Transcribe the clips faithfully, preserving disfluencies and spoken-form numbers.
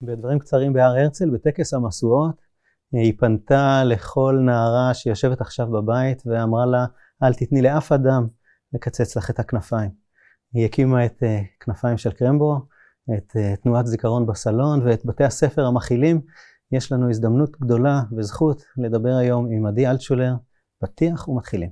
בדברים קצרים בהר הרצל, בטקס המשואות, היא פנתה לכל נערה שיושבת עכשיו בבית ואמרה לה, אל תתני לאף אדם לקצץ לך את הכנפיים. היא הקימה את uh, כנפיים של קרמבו, את uh, תנועת זיכרון בסלון ואת בתי הספר המכילים. יש לנו הזדמנות גדולה וזכות לדבר היום עם עדי אלטשולר, פתיח ומתחילים.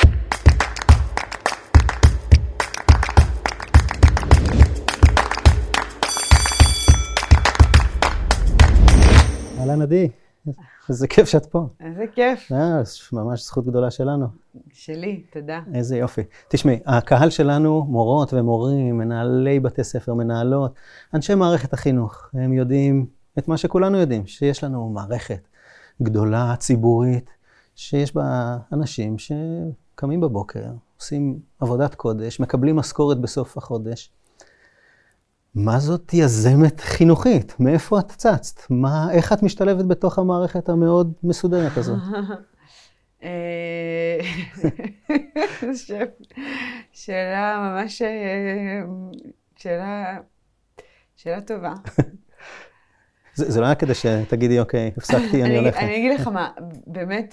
אהלן עדי, איזה כיף שאת פה. איזה כיף. אה, ממש זכות גדולה שלנו. שלי, תודה. איזה יופי. תשמעי, הקהל שלנו, מורות ומורים, מנהלי בתי ספר, מנהלות, אנשי מערכת החינוך, הם יודעים את מה שכולנו יודעים, שיש לנו מערכת גדולה, ציבורית, שיש בה אנשים שקמים בבוקר, עושים עבודת קודש, מקבלים משכורת בסוף החודש. מה זאת יזמת חינוכית? מאיפה את צצת? מה, איך את משתלבת בתוך המערכת המאוד מסודרת הזאת? שאלה ממש, שאלה, שאלה טובה. זה, זה לא היה כדי שתגידי, אוקיי, הפסקתי, אני הולכת. אני אגיד לך מה, באמת,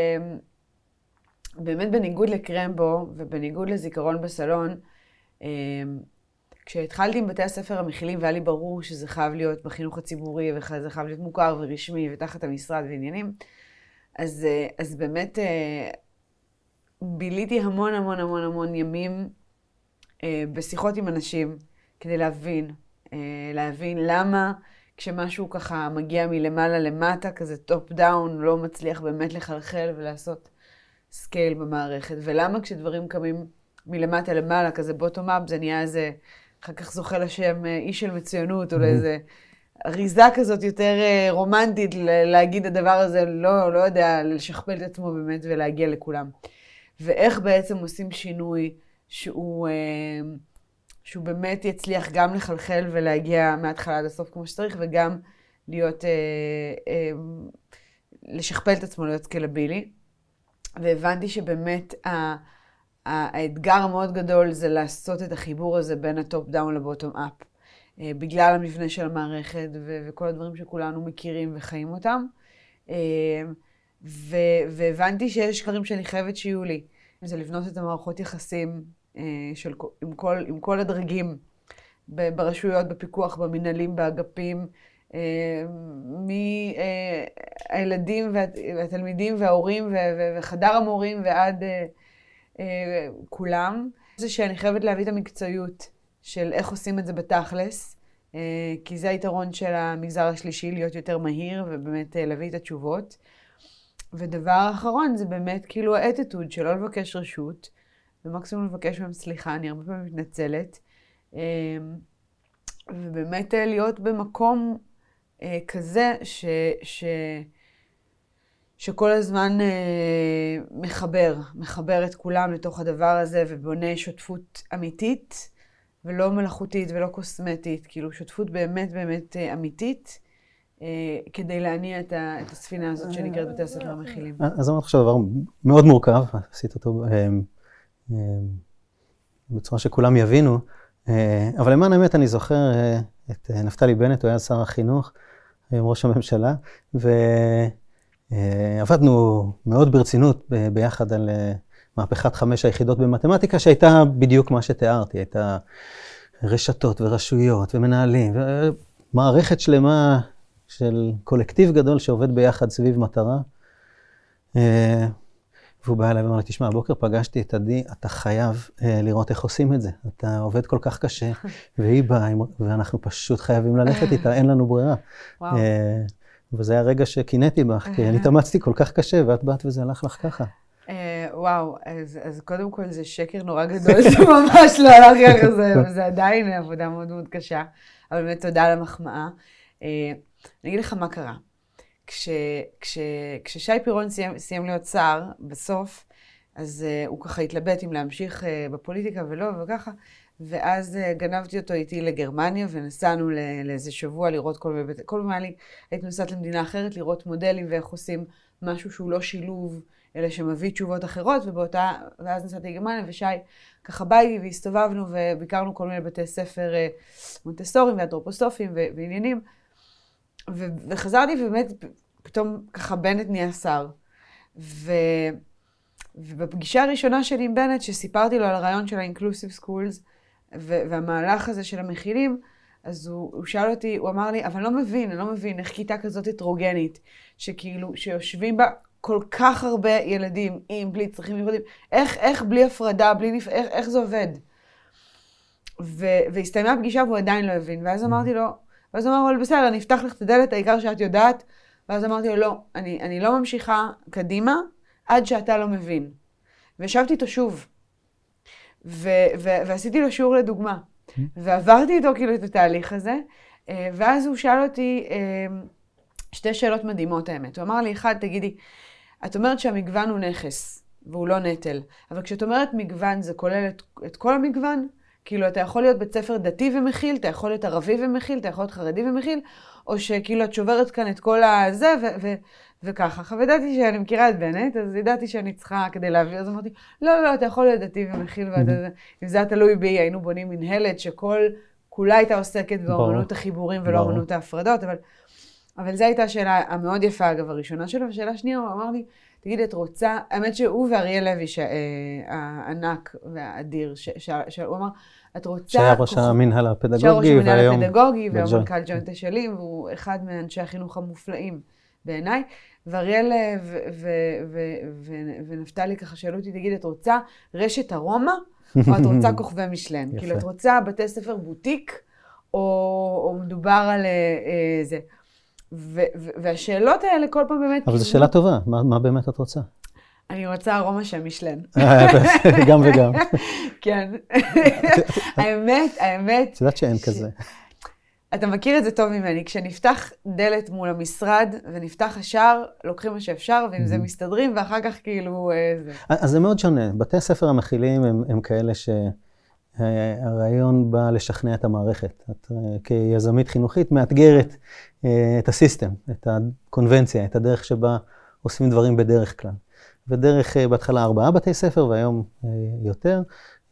באמת בניגוד לקרמבו ובניגוד לזיכרון בסלון, כשהתחלתי עם בתי הספר המכילים והיה לי ברור שזה חייב להיות בחינוך הציבורי וזה חייב להיות מוכר ורשמי ותחת המשרד ועניינים, אז, אז באמת ביליתי המון המון המון המון ימים בשיחות עם אנשים כדי להבין, להבין למה כשמשהו ככה מגיע מלמעלה למטה, כזה טופ דאון, לא מצליח באמת לחלחל ולעשות סקייל במערכת, ולמה כשדברים קמים מלמטה למעלה, כזה בוטום אפ, זה נהיה איזה, אחר כך זוכה לשם איש של מצוינות, או לאיזה אריזה כזאת יותר רומנטית, להגיד הדבר הזה, לא, לא יודע, לשכפל את עצמו באמת ולהגיע לכולם. ואיך בעצם עושים שינוי שהוא, שהוא באמת יצליח גם לחלחל ולהגיע מההתחלה עד הסוף כמו שצריך, וגם להיות, לשכפל את עצמו, להיות סקלבילי. והבנתי שבאמת ה... האתגר המאוד גדול זה לעשות את החיבור הזה בין הטופ דאון לבוטום אפ, בגלל המבנה של המערכת ו- וכל הדברים שכולנו מכירים וחיים אותם. ו- והבנתי שיש דברים שאני חייבת שיהיו לי. זה לבנות את המערכות יחסים של, עם, כל, עם כל הדרגים, ברשויות, בפיקוח, במנהלים, באגפים, מהילדים והתלמידים וההורים ו- ו- וחדר המורים ועד... כולם. זה שאני חייבת להביא את המקצועיות של איך עושים את זה בתכלס, כי זה היתרון של המגזר השלישי, להיות יותר מהיר ובאמת להביא את התשובות. ודבר אחרון זה באמת כאילו האטיטוד של לא לבקש רשות, ומקסימום לבקש מהם סליחה, אני הרבה פעמים מתנצלת, ובאמת להיות במקום כזה ש... ש... שכל הזמן אה, מחבר, מחבר את כולם לתוך הדבר הזה, ובונה שותפות אמיתית, ולא מלאכותית ולא קוסמטית, כאילו שותפות באמת באמת אה, אמיתית, אה, כדי להניע את, ה, את הספינה הזאת שנקראת בתי הספר המכילים. אז אמרת עכשיו דבר מאוד מורכב, עשית אותו אה, אה, בצורה שכולם יבינו, אה, אבל למען האמת אני זוכר אה, את אה, נפתלי בנט, הוא היה שר החינוך, היום ראש הממשלה, ו... Uh, עבדנו מאוד ברצינות ב- ביחד על uh, מהפכת חמש היחידות במתמטיקה, שהייתה בדיוק מה שתיארתי, הייתה רשתות ורשויות ומנהלים, ומערכת שלמה של קולקטיב גדול שעובד ביחד סביב מטרה. Uh, והוא בא אליי ואמר לי, תשמע, הבוקר פגשתי את עדי, אתה חייב uh, לראות איך עושים את זה, אתה עובד כל כך קשה, והיא באה, ואנחנו פשוט חייבים ללכת איתה, אין לנו ברירה. וואו. Uh, וזה היה רגע שקינאתי בך, כי אני התאמצתי כל כך קשה, ואת באת וזה הלך לך ככה. וואו, אז קודם כל זה שקר נורא גדול, זה ממש לא הלך ככה, זה עדיין עבודה מאוד מאוד קשה, אבל באמת תודה על המחמאה. אני אגיד לך מה קרה. כששי פירון סיים להיות שר בסוף, אז הוא ככה התלבט אם להמשיך בפוליטיקה ולא וככה, ואז גנבתי אותו איתי לגרמניה, ונסענו לאיזה שבוע לראות כל מיני, כל מיני, הייתי נוסעת למדינה אחרת, לראות מודלים ואיך עושים משהו שהוא לא שילוב, אלא שמביא תשובות אחרות, ובאותה, ואז נסעתי לגרמניה, ושי ככה בא לי, והסתובבנו, וביקרנו כל מיני בתי ספר מונטסוריים ואנתרופוסופיים ועניינים, ו- וחזרתי ובאמת פתאום ככה בנט נהיה שר. ו... ובפגישה הראשונה שלי עם בנט, שסיפרתי לו על הרעיון של ה-Inclusive Schools, ו- והמהלך הזה של המכילים, אז הוא, הוא שאל אותי, הוא אמר לי, אבל אני לא מבין, אני לא מבין איך כיתה כזאת הטרוגנית, שכאילו, שיושבים בה כל כך הרבה ילדים, עם, בלי צרכים מיוחדים, איך, איך בלי הפרדה, בלי נפ... איך, איך זה עובד? ו- והסתיימה הפגישה והוא עדיין לא הבין, ואז אמרתי לו, ואז הוא אמר, אבל בסדר, אני אפתח לך את הדלת, העיקר שאת יודעת, ואז אמרתי לו, לא, אני, אני לא ממשיכה קדימה, עד שאתה לא מבין. וישבתי איתו שוב, ו- ו- ועשיתי לו שיעור לדוגמה, ועברתי איתו כאילו את התהליך הזה, ואז הוא שאל אותי שתי שאלות מדהימות האמת. הוא אמר לי, אחד, תגידי, את אומרת שהמגוון הוא נכס, והוא לא נטל, אבל כשאת אומרת מגוון, זה כולל את, את כל המגוון? כאילו, אתה יכול להיות בית ספר דתי ומכיל, אתה יכול להיות ערבי ומכיל, אתה יכול להיות חרדי ומכיל, או שכאילו את שוברת כאן את כל הזה, ו- ו- וככה. עכשיו ידעתי שאני מכירה את בנט, אז ידעתי שאני צריכה כדי להעביר, אז אמרתי, לא, לא, אתה יכול להיות דתי ומכיל, אם זה היה תלוי בי, היינו בונים מנהלת שכל, כולה הייתה עוסקת באמנות החיבורים ולא אמנות ההפרדות, אבל, אבל זו הייתה השאלה המאוד יפה, אגב, הראשונה שלו, והשאלה השנייה, הוא אמר לי, תגיד, את רוצה, האמת שהוא ואריאל לוי, הענק והאדיר, שהוא אמר, את רוצה... שהיה ראש המנהל הפדגוגי, שהיה ראש המנהל והיום... הפדגוגי, והיום מנכ"ל ג'וינט אשלים, והוא אחד מאנשי החינוך המופלאים בעיניי. ואריאל ונפתלי ככה שאלו אותי, תגיד, את רוצה רשת ארומה, או את רוצה כוכבי משלן? כאילו, את רוצה בתי ספר בוטיק, או מדובר על זה. והשאלות האלה כל פעם באמת... אבל זו שאלה טובה, מה באמת את רוצה? אני רוצה ארומה של משלן. גם וגם. כן. האמת, האמת... את יודעת שאין כזה. אתה מכיר את זה טוב ממני. כשנפתח דלת מול המשרד ונפתח השער, לוקחים מה שאפשר, ועם זה מסתדרים, ואחר כך כאילו... אז זה מאוד שונה. בתי הספר המכילים הם כאלה שהרעיון בא לשכנע את המערכת. את כיזמית חינוכית מאתגרת את הסיסטם, את הקונבנציה, את הדרך שבה עושים דברים בדרך כלל. ודרך בהתחלה ארבעה בתי ספר, והיום יותר,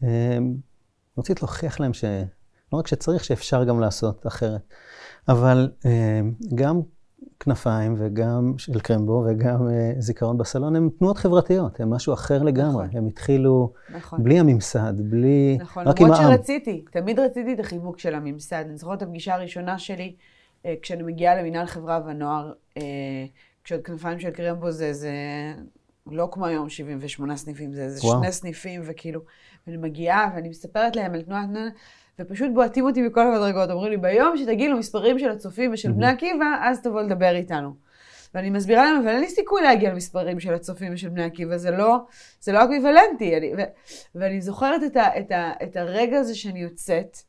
רוצית להוכיח להם שלא רק שצריך, שאפשר גם לעשות אחרת. אבל גם כנפיים וגם של קרמבו וגם זיכרון בסלון, הם תנועות חברתיות, הם משהו אחר לגמרי. נכון. הם התחילו נכון. בלי הממסד, בלי... נכון, רק עם העם. למרות שרציתי, תמיד רציתי את החיבוק של הממסד. אני זוכרת את הפגישה הראשונה שלי, כשאני מגיעה למנהל חברה ונוער, כשכנפיים של קרמבו זה... זה... לא כמו היום שבעים ושמונה סניפים, זה איזה שני סניפים, וכאילו, ואני מגיעה ואני מספרת להם על תנועת נוער, ופשוט בועטים אותי מכל המדרגות, אומרים לי, ביום שתגיעו מספרים של הצופים ושל בני עקיבא, אז תבוא לדבר איתנו. ואני מסבירה להם, אבל אין לי סיכוי להגיע למספרים של הצופים ושל בני עקיבא, זה לא, זה לא אקוויוולנטי. אני, ו, ואני זוכרת את, ה, את, ה, את הרגע הזה שאני יוצאת,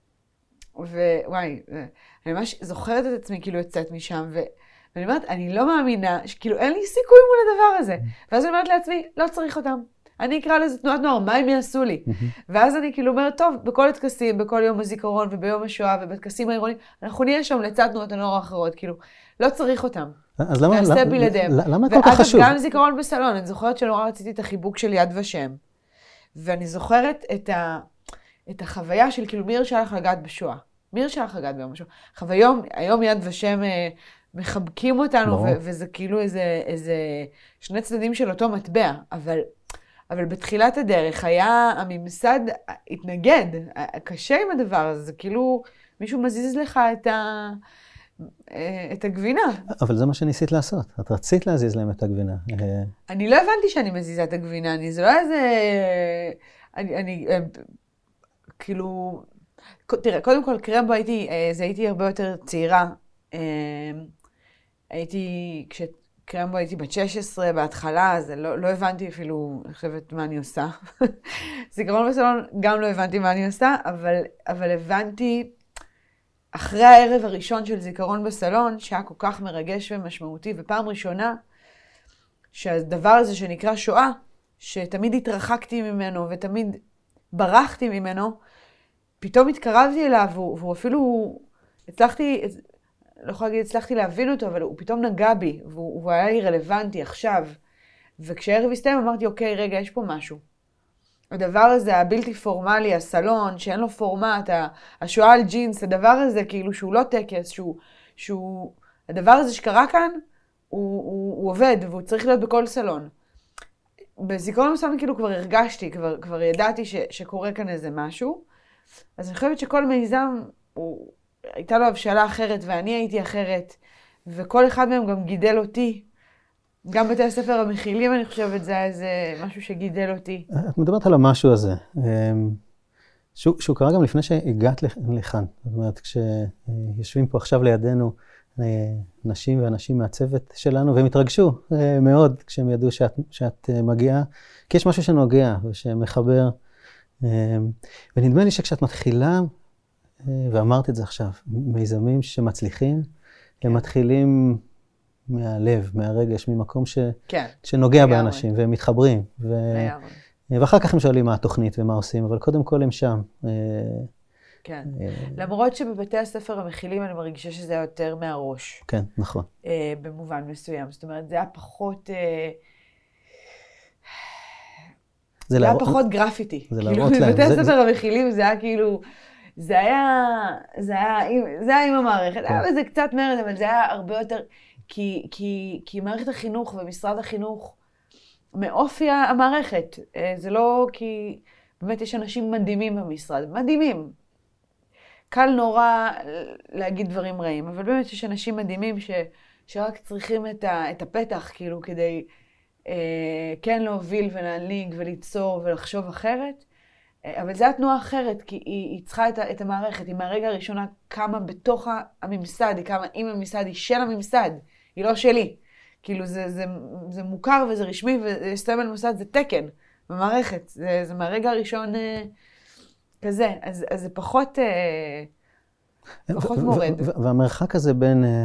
ווואי, אני ממש זוכרת את עצמי כאילו יוצאת משם, ו... ואני אומרת, אני לא מאמינה, שכאילו אין לי סיכוי מול הדבר הזה. ואז אני אומרת לעצמי, לא צריך אותם. אני אקרא לזה תנועת נוער, מה הם יעשו לי? ואז אני כאילו אומרת, טוב, בכל הטקסים, בכל יום הזיכרון וביום השואה ובטקסים העירוניים, אנחנו נהיה שם לצד תנועות הנוער האחרות, כאילו, לא צריך אותם. אז למה, נעשה בלעדיהם. למה כל כך חשוב? ואגב, גם זיכרון בסלון, אני זוכרת שנורא רציתי את החיבוק של יד ושם. ואני זוכרת את, ה, את החוויה של כאילו, מי הרשה לך לגעת בשואה? מי הרשה לך לגעת ביום השואה? עכשיו, היום, היום יד ושם... מחבקים אותנו, ו- וזה כאילו איזה, איזה שני צדדים של אותו מטבע, אבל, אבל בתחילת הדרך היה, הממסד התנגד, קשה עם הדבר הזה, זה כאילו מישהו מזיז לך את, ה, את הגבינה. אבל זה מה שניסית לעשות, את רצית להזיז להם את הגבינה. אני לא הבנתי שאני מזיזה את הגבינה, אני, זה לא איזה, אני, אני כאילו, תראה, קודם כל קרמבו הייתי, זה הייתי הרבה יותר צעירה, הייתי, כשקרמבו הייתי בת שש עשרה בהתחלה, אז לא, לא הבנתי אפילו, אני חושבת מה אני עושה. זיכרון בסלון גם לא הבנתי מה אני עושה, אבל, אבל הבנתי, אחרי הערב הראשון של זיכרון בסלון, שהיה כל כך מרגש ומשמעותי, ופעם ראשונה, שהדבר הזה שנקרא שואה, שתמיד התרחקתי ממנו ותמיד ברחתי ממנו, פתאום התקרבתי אליו, והוא, והוא אפילו, הצלחתי, לא יכולה להגיד, הצלחתי להבין אותו, אבל הוא פתאום נגע בי, והוא, והוא היה לי רלוונטי עכשיו. וכשהערב הסתיים אמרתי, אוקיי, רגע, יש פה משהו. הדבר הזה, הבלתי פורמלי, הסלון, שאין לו פורמט, השואה על ג'ינס, הדבר הזה, כאילו שהוא לא טקס, שהוא, שהוא הדבר הזה שקרה כאן, הוא, הוא, הוא עובד, והוא צריך להיות בכל סלון. בזיכרון מסוים כאילו כבר הרגשתי, כבר, כבר ידעתי ש, שקורה כאן איזה משהו, אז אני חושבת שכל מיזם, הוא, הייתה לו הבשלה אחרת, ואני הייתי אחרת, וכל אחד מהם גם גידל אותי. גם בתי הספר המכילים, אני חושבת, זה היה איזה משהו שגידל אותי. את מדברת על המשהו הזה, שהוא, שהוא קרה גם לפני שהגעת לכאן. זאת אומרת, כשיושבים פה עכשיו לידינו נשים ואנשים מהצוות שלנו, והם התרגשו מאוד כשהם ידעו שאת, שאת מגיעה, כי יש משהו שנוגע ושמחבר. ונדמה לי שכשאת מתחילה, ואמרת את זה עכשיו, מיזמים שמצליחים, הם מתחילים מהלב, מהרגש, ממקום ש... כן. שנוגע באנשים, והם מתחברים. ו... ואחר כך הם שואלים מה התוכנית ומה עושים, אבל קודם כל הם שם. כן. למרות שבבתי הספר המכילים אני מרגישה שזה היה יותר מהראש. כן, נכון. במובן מסוים. זאת אומרת, זה היה פחות... זה היה פחות גרפיטי. זה להראות להם. בבתי הספר המכילים זה היה כאילו... זה היה... זה היה עם המערכת. היה בזה קצת מרד, אבל זה היה הרבה יותר... כי, כי, כי מערכת החינוך ומשרד החינוך מאופי המערכת. זה לא כי באמת יש אנשים מדהימים במשרד, מדהימים. קל נורא להגיד דברים רעים, אבל באמת יש אנשים מדהימים ש, שרק צריכים את, ה, את הפתח כאילו כדי אה, כן להוביל ולהנהיג וליצור ולחשוב אחרת. אבל זו התנועה אחרת, כי היא, היא צריכה את, ה, את המערכת. היא מהרגע הראשונה קמה בתוך הממסד, היא קמה עם הממסד, היא של הממסד. היא לא שלי. כאילו זה, זה, זה מוכר וזה רשמי וסמל מוסד זה תקן במערכת. זה, זה מהרגע הראשון אה, כזה. אז, אז זה פחות, אה, פחות מורד. והמרחק הזה בין, אה,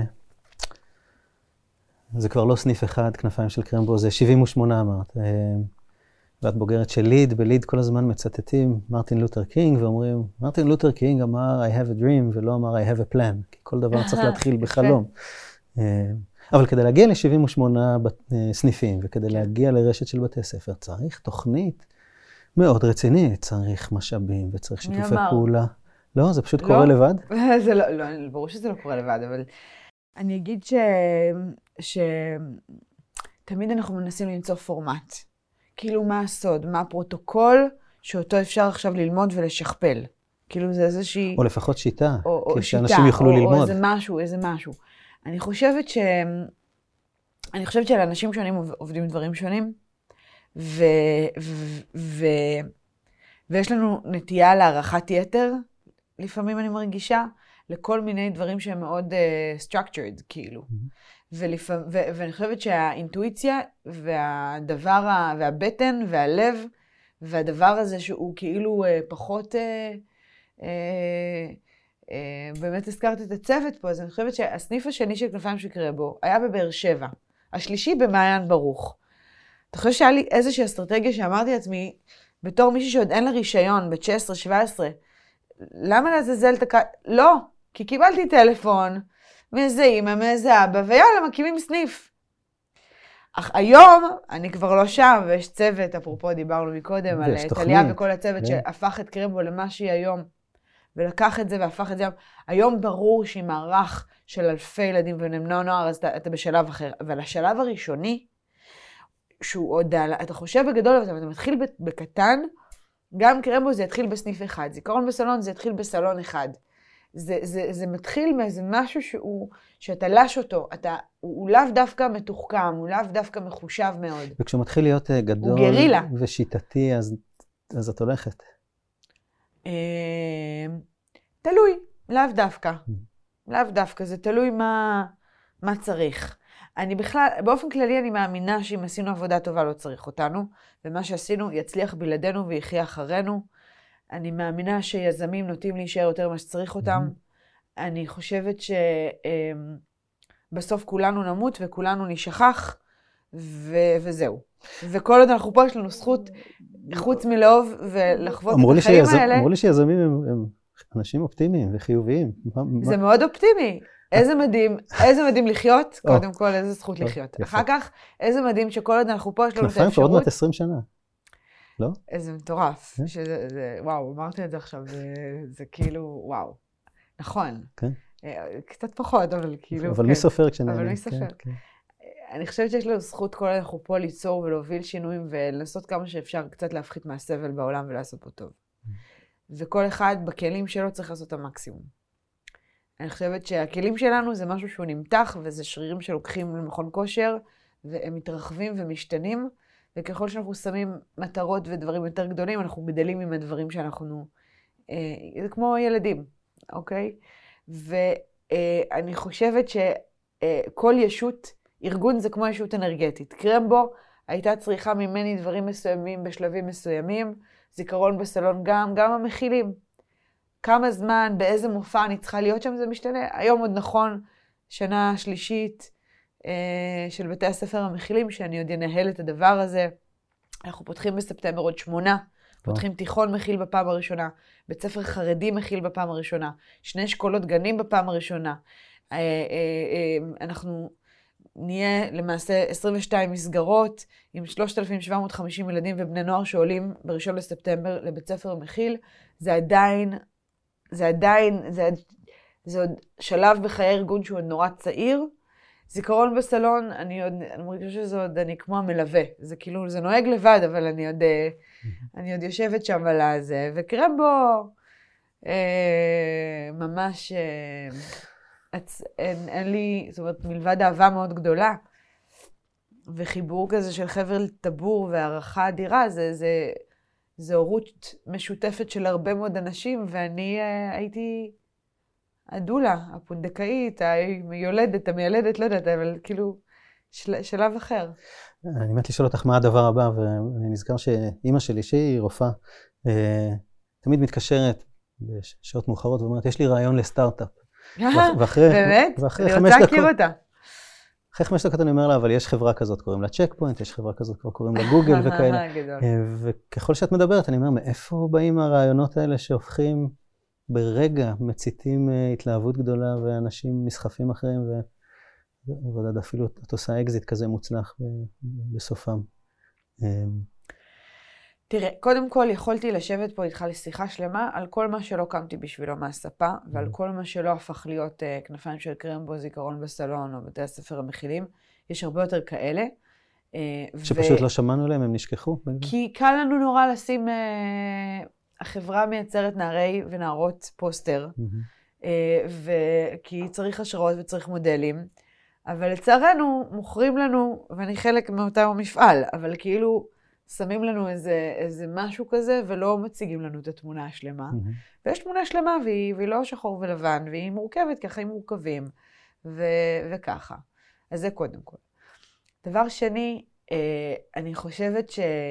זה כבר לא סניף אחד, כנפיים של קרמבו, זה שבעים ושמונה אמרת. אה, ואת בוגרת של ליד, בליד כל הזמן מצטטים מרטין לותר קינג, ואומרים, מרטין לותר קינג אמר I have a dream ולא אמר I have a plan, כי כל דבר צריך להתחיל בחלום. אבל כדי להגיע ל-שבעים ושמונה סניפים, וכדי להגיע לרשת של בתי ספר, צריך תוכנית מאוד רצינית, צריך משאבים, וצריך שיתופי פעולה. לא, זה פשוט קורה לבד? זה לא, לא, ברור שזה לא קורה לבד, אבל אני אגיד ש... שתמיד אנחנו מנסים למצוא פורמט. כאילו מה הסוד, מה הפרוטוקול שאותו אפשר עכשיו ללמוד ולשכפל. כאילו זה איזושהי... או לפחות שיטה, או, כי או שאנשים שיטה, יוכלו או, ללמוד. או איזה משהו, איזה משהו. אני חושבת ש... אני חושבת שלאנשים שונים עובדים דברים שונים, ו... ו... ו... ויש לנו נטייה להערכת יתר, לפעמים אני מרגישה, לכל מיני דברים שהם מאוד uh, structured, כאילו. Mm-hmm. ולפ... ו... ואני חושבת שהאינטואיציה והדבר, ה... והבטן והלב, והדבר הזה שהוא כאילו uh, פחות... Uh, uh, uh, באמת הזכרת את הצוות פה, אז אני חושבת שהסניף השני של כנפיים של קרמבו היה בבאר שבע, השלישי במעיין ברוך. אתה חושב שהיה לי איזושהי אסטרטגיה שאמרתי לעצמי, בתור מישהי שעוד אין לה רישיון, ב-תשע עשרה שבע עשרה, למה לעזאזל תק... לא, כי קיבלתי טלפון מאיזה אמא, מאיזה אבא, ויאללה, מקימים סניף. אך היום אני כבר לא שם, ויש צוות, אפרופו דיברנו מקודם, על טליה וכל הצוות שהפך את קרמבו למה שהיא היום, ולקח את זה והפך את זה. היום ברור שהיא מערך של אלפי ילדים ובני נוער, אז אתה, אתה בשלב אחר. אבל השלב הראשוני, שהוא עוד, אתה חושב בגדול, אבל אתה מתחיל בקטן, גם קרמבו זה יתחיל בסניף אחד, זיכרון בסלון זה יתחיל בסלון אחד. זה, זה, זה מתחיל מאיזה משהו שהוא, שאתה לש אותו, אתה, הוא, הוא לאו דווקא מתוחכם, הוא לאו דווקא מחושב מאוד. וכשהוא מתחיל להיות גדול ושיטתי, אז, אז את הולכת. תלוי, לאו דווקא. לאו דווקא, זה תלוי מה, מה צריך. אני בכלל, באופן כללי אני מאמינה שאם עשינו עבודה טובה לא צריך אותנו, ומה שעשינו יצליח בלעדינו ויחיה אחרינו. אני מאמינה שיזמים נוטים להישאר יותר מה שצריך אותם. אני חושבת שבסוף כולנו נמות וכולנו נשכח, ו- וזהו. וכל עוד אנחנו פה יש לנו זכות, חוץ מלאהוב ולחוות את החיים האלה. אמרו לי שיזמים הם, הם אנשים אופטימיים וחיוביים. זה מאוד אופטימי. איזה מדהים, איזה מדהים לחיות, קודם כל איזה זכות לחיות. אחר כך, איזה מדהים שכל עוד אנחנו פה יש לנו את האפשרות. כנפיים כבר עוד מעט עשרים שנה. לא? איזה מטורף. וואו, אמרתי את זה עכשיו, זה כאילו, וואו. נכון. קצת פחות, אבל כאילו... אבל מי סופר כשנהנה? אבל מי סופר. אני חושבת שיש לנו זכות כל אנחנו פה ליצור ולהוביל שינויים ולנסות כמה שאפשר קצת להפחית מהסבל בעולם ולעשות פה טוב. וכל אחד בכלים שלו צריך לעשות את המקסימום. אני חושבת שהכלים שלנו זה משהו שהוא נמתח, וזה שרירים שלוקחים למכון כושר, והם מתרחבים ומשתנים, וככל שאנחנו שמים מטרות ודברים יותר גדולים, אנחנו גדלים עם הדברים שאנחנו... אה, זה כמו ילדים, אוקיי? ואני חושבת שכל ישות, ארגון זה כמו ישות אנרגטית. קרמבו הייתה צריכה ממני דברים מסוימים בשלבים מסוימים, זיכרון בסלון גם, גם המכילים. כמה זמן, באיזה מופע אני צריכה להיות שם, זה משתנה. היום עוד נכון, שנה שלישית אה, של בתי הספר המכילים, שאני עוד ינהל את הדבר הזה. אנחנו פותחים בספטמבר עוד שמונה, פותחים תיכון מכיל בפעם הראשונה, בית ספר חרדי מכיל בפעם הראשונה, שני אשכולות גנים בפעם הראשונה. אה, אה, אה, אנחנו נהיה למעשה עשרים ושתיים מסגרות, עם שלושת אלפים שבע מאות וחמישים ילדים ובני נוער שעולים בראשון לספטמבר לבית ספר מכיל. זה עדיין... זה עדיין, זה, זה עוד שלב בחיי ארגון שהוא עוד נורא צעיר. זיכרון בסלון, אני עוד, אני מרגישה שזה עוד, אני כמו המלווה. זה כאילו, זה נוהג לבד, אבל אני עוד, אני עוד יושבת שם על הזה, וקרמבו, אה, ממש, אה, הצ, אין, אין לי, זאת אומרת, מלבד אהבה מאוד גדולה, וחיבור כזה של חבל טבור והערכה אדירה, זה, זה, זה הורות משותפת של הרבה מאוד אנשים, ואני uh, הייתי הדולה, הפונדקאית, היולדת, המיילדת, לא יודעת, אבל כאילו של, שלב אחר. אני מת לשאול אותך מה הדבר הבא, ואני נזכר שאימא שלי, שהיא רופאה, תמיד מתקשרת בשעות מאוחרות, ואומרת, יש לי רעיון לסטארט-אפ. ואחרי, באמת? ואחרי אני חמש רוצה דקות, להכיר אותה. אחרי חמש דקות אני אומר לה, אבל יש חברה כזאת, קוראים לה צ'ק פוינט, יש חברה כזאת, כבר קוראים לה גוגל וכאלה. וככל שאת מדברת, אני אומר, מאיפה באים הרעיונות האלה שהופכים ברגע, מציתים התלהבות גדולה, ואנשים נסחפים אחריהם, ועוד אפילו את עושה אקזיט כזה מוצלח בסופם. תראה, קודם כל יכולתי לשבת פה איתך לשיחה שלמה על כל מה שלא קמתי בשבילו מהספה, ועל כל מה שלא הפך להיות uh, כנפיים של קרמבו, זיכרון בסלון, או בתי הספר המכילים. יש הרבה יותר כאלה. Uh, שפשוט ו... לא שמענו עליהם, הם נשכחו. כי קל לנו נורא לשים, uh, החברה מייצרת נערי ונערות פוסטר, mm-hmm. uh, וכי צריך השראות וצריך מודלים, אבל לצערנו מוכרים לנו, ואני חלק מאותם המפעל, אבל כאילו, שמים לנו איזה, איזה משהו כזה, ולא מציגים לנו את התמונה השלמה. Mm-hmm. ויש תמונה שלמה, והיא, והיא לא שחור ולבן, והיא מורכבת, ככה היא מורכבים, ו, וככה. אז זה קודם כל. דבר שני, אה, אני חושבת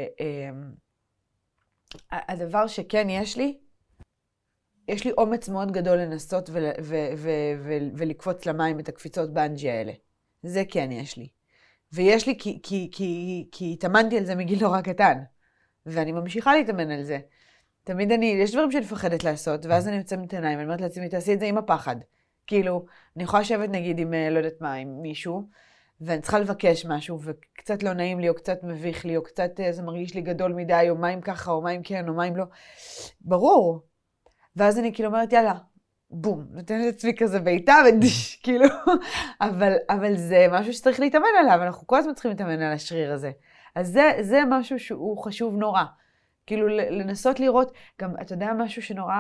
שהדבר אה, שכן יש לי, יש לי אומץ מאוד גדול לנסות ול, ו, ו, ו, ולקפוץ למים את הקפיצות באנג'י האלה. זה כן יש לי. ויש לי, כי, כי, כי, כי התאמנתי על זה מגיל נורא קטן, ואני ממשיכה להתאמן על זה. תמיד אני, יש דברים שאני מפחדת לעשות, ואז אני יוצא מתעיניים, ואני אומרת לעצמי, תעשי את זה עם הפחד. כאילו, אני יכולה לשבת נגיד עם, לא יודעת מה, עם מישהו, ואני צריכה לבקש משהו, וקצת לא נעים לי, או קצת מביך לי, או קצת זה מרגיש לי גדול מדי, או מים ככה, או מים כן, או מים לא. ברור. ואז אני כאילו אומרת, יאללה, בום, נותנת את עצמי כזה בעיטה ודש, כאילו, אבל, אבל זה משהו שצריך להתאמן עליו, אנחנו כל הזמן צריכים להתאמן על השריר הזה. אז זה, זה משהו שהוא חשוב נורא. כאילו, לנסות לראות, גם, אתה יודע, משהו שנורא,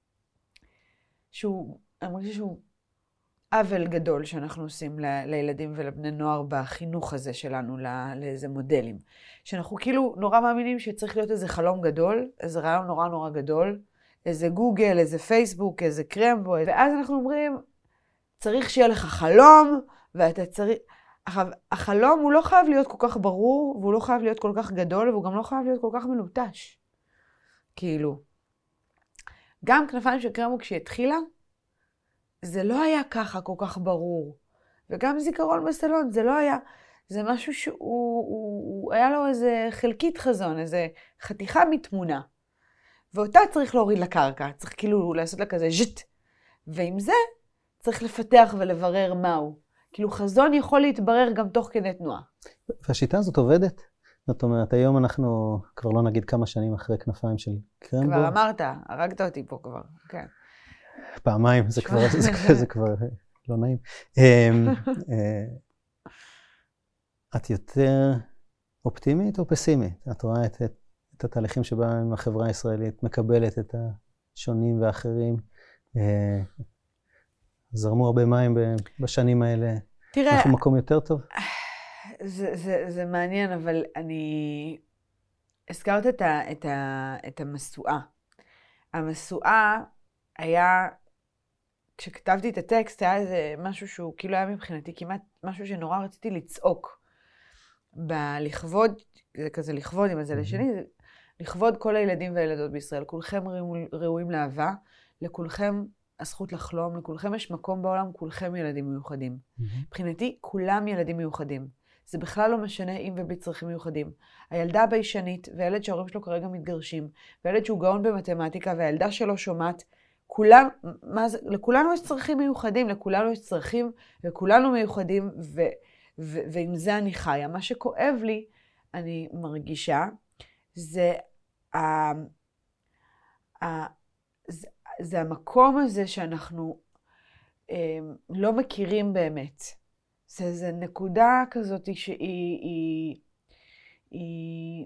שהוא, אני מרגישה שהוא עוול גדול שאנחנו עושים ל, לילדים ולבני נוער בחינוך הזה שלנו, לא, לאיזה מודלים. שאנחנו כאילו נורא מאמינים שצריך להיות איזה חלום גדול, איזה רעיון נורא נורא גדול, איזה גוגל, איזה פייסבוק, איזה קרמבו, ואז אנחנו אומרים, צריך שיהיה לך חלום, ואתה צריך... החלום הוא לא חייב להיות כל כך ברור, והוא לא חייב להיות כל כך גדול, והוא גם לא חייב להיות כל כך מלוטש. כאילו, גם כנפיים של קרמבו כשהיא התחילה, זה לא היה ככה כל כך ברור. וגם זיכרון בסלון, זה לא היה... זה משהו שהוא... הוא, הוא היה לו איזה חלקית חזון, איזה חתיכה מתמונה. ואותה צריך להוריד לקרקע, צריך כאילו לעשות לה כזה ז'ט. ועם זה צריך לפתח ולברר מהו. כאילו חזון יכול להתברר גם תוך כדי תנועה. והשיטה הזאת עובדת? זאת אומרת, היום אנחנו כבר לא נגיד כמה שנים אחרי כנפיים של קרמבו. כבר אמרת, הרגת אותי פה כבר, כן. פעמיים, זה כבר, זה, זה כבר לא נעים. את יותר אופטימית או פסימית? את רואה את, את, את התהליכים שבהם החברה הישראלית מקבלת את השונים ואחרים? זרמו הרבה מים בשנים האלה. תראה, אנחנו מקום יותר טוב? זה, זה, זה מעניין, אבל אני... הזכרת את, ה, את, ה, את המסועה. המסועה היה, כשכתבתי את הטקסט, היה איזה משהו שהוא כאילו היה מבחינתי כמעט משהו שנורא רציתי לצעוק. בלכבוד, זה כזה לכבוד עם הזה לשני, זה לכבוד כל הילדים והילדות בישראל. כולכם ראויים לאהבה, לכולכם הזכות לחלום, לכולכם יש מקום בעולם, כולכם ילדים מיוחדים. מבחינתי, כולם ילדים מיוחדים. זה בכלל לא משנה אם ובלי צרכים מיוחדים. הילדה הביישנית, והילד שההורים שלו כרגע מתגרשים, והילד שהוא גאון במתמטיקה, והילדה שלו שומעת, כולם, מה זה, לכולנו יש צרכים מיוחדים, לכולנו יש צרכים, וכולנו מיוחדים, ו, ו, ועם זה אני חיה. מה שכואב לי, אני מרגישה, זה, ה, ה, זה, זה המקום הזה שאנחנו אה, לא מכירים באמת. זה, זה נקודה כזאת שהיא, היא, היא,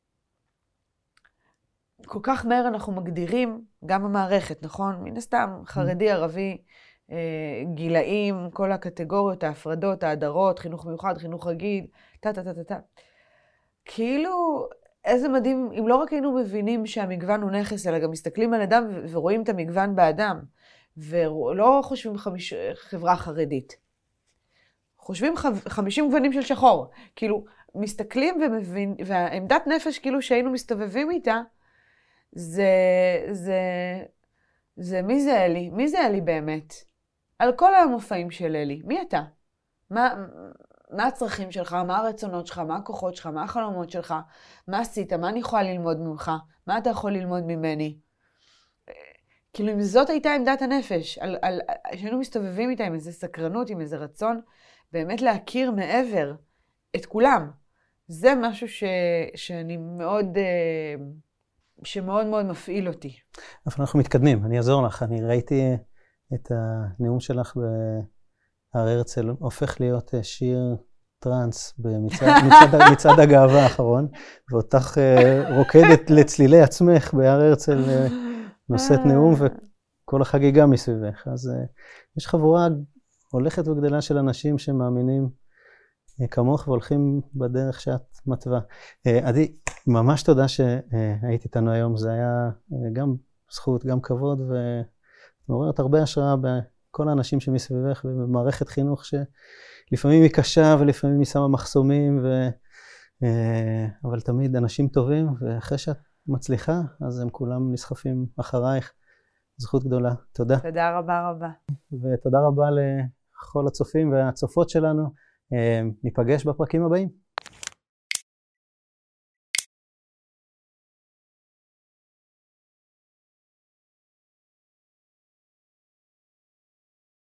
כל כך מהר אנחנו מגדירים, גם המערכת, נכון? מן הסתם, חרדי, ערבי, גילאים, כל הקטגוריות, ההפרדות, ההדרות, חינוך מיוחד, חינוך רגיל, טה, טה, טה, טה, טה. כאילו, איזה מדהים, אם לא רק היינו מבינים שהמגוון הוא נכס, אלא גם מסתכלים על אדם ורואים את המגוון באדם, ולא חושבים חמיש, חברה חרדית. חושבים חמישים גוונים של שחור. כאילו, מסתכלים ומבין, והעמדת נפש כאילו שהיינו מסתובבים איתה, זה, זה, זה, מי זה אלי? מי זה אלי באמת? על כל המופעים של אלי, מי אתה? מה, מה הצרכים שלך? מה הרצונות שלך? מה הכוחות שלך? מה החלומות שלך? מה עשית? מה אני יכולה ללמוד ממך? מה אתה יכול ללמוד ממני? כאילו, אם זאת הייתה עמדת הנפש, על, על, שהיינו מסתובבים איתה עם איזה סקרנות, עם איזה רצון, באמת להכיר מעבר את כולם. זה משהו ש, שאני מאוד... שמאוד מאוד מפעיל אותי. אבל אנחנו מתקדמים, אני אעזור לך. אני ראיתי את הנאום שלך בהר הרצל, הופך להיות שיר טרנס במצעד, מצעד, מצעד הגאווה האחרון, ואותך רוקדת לצלילי עצמך בהר הרצל, נושאת נאום וכל החגיגה מסביבך. אז יש חבורה הולכת וגדלה של אנשים שמאמינים כמוך והולכים בדרך שאת מתווה. עדי, ממש תודה שהיית איתנו היום, זה היה גם זכות, גם כבוד, ומעוררת הרבה השראה בכל האנשים שמסביבך, ובמערכת חינוך שלפעמים היא קשה ולפעמים היא שמה מחסומים, ו... אבל תמיד אנשים טובים, ואחרי שאת מצליחה, אז הם כולם נסחפים אחרייך. זכות גדולה. תודה. תודה רבה רבה. ותודה רבה לכל הצופים והצופות שלנו. ניפגש בפרקים הבאים.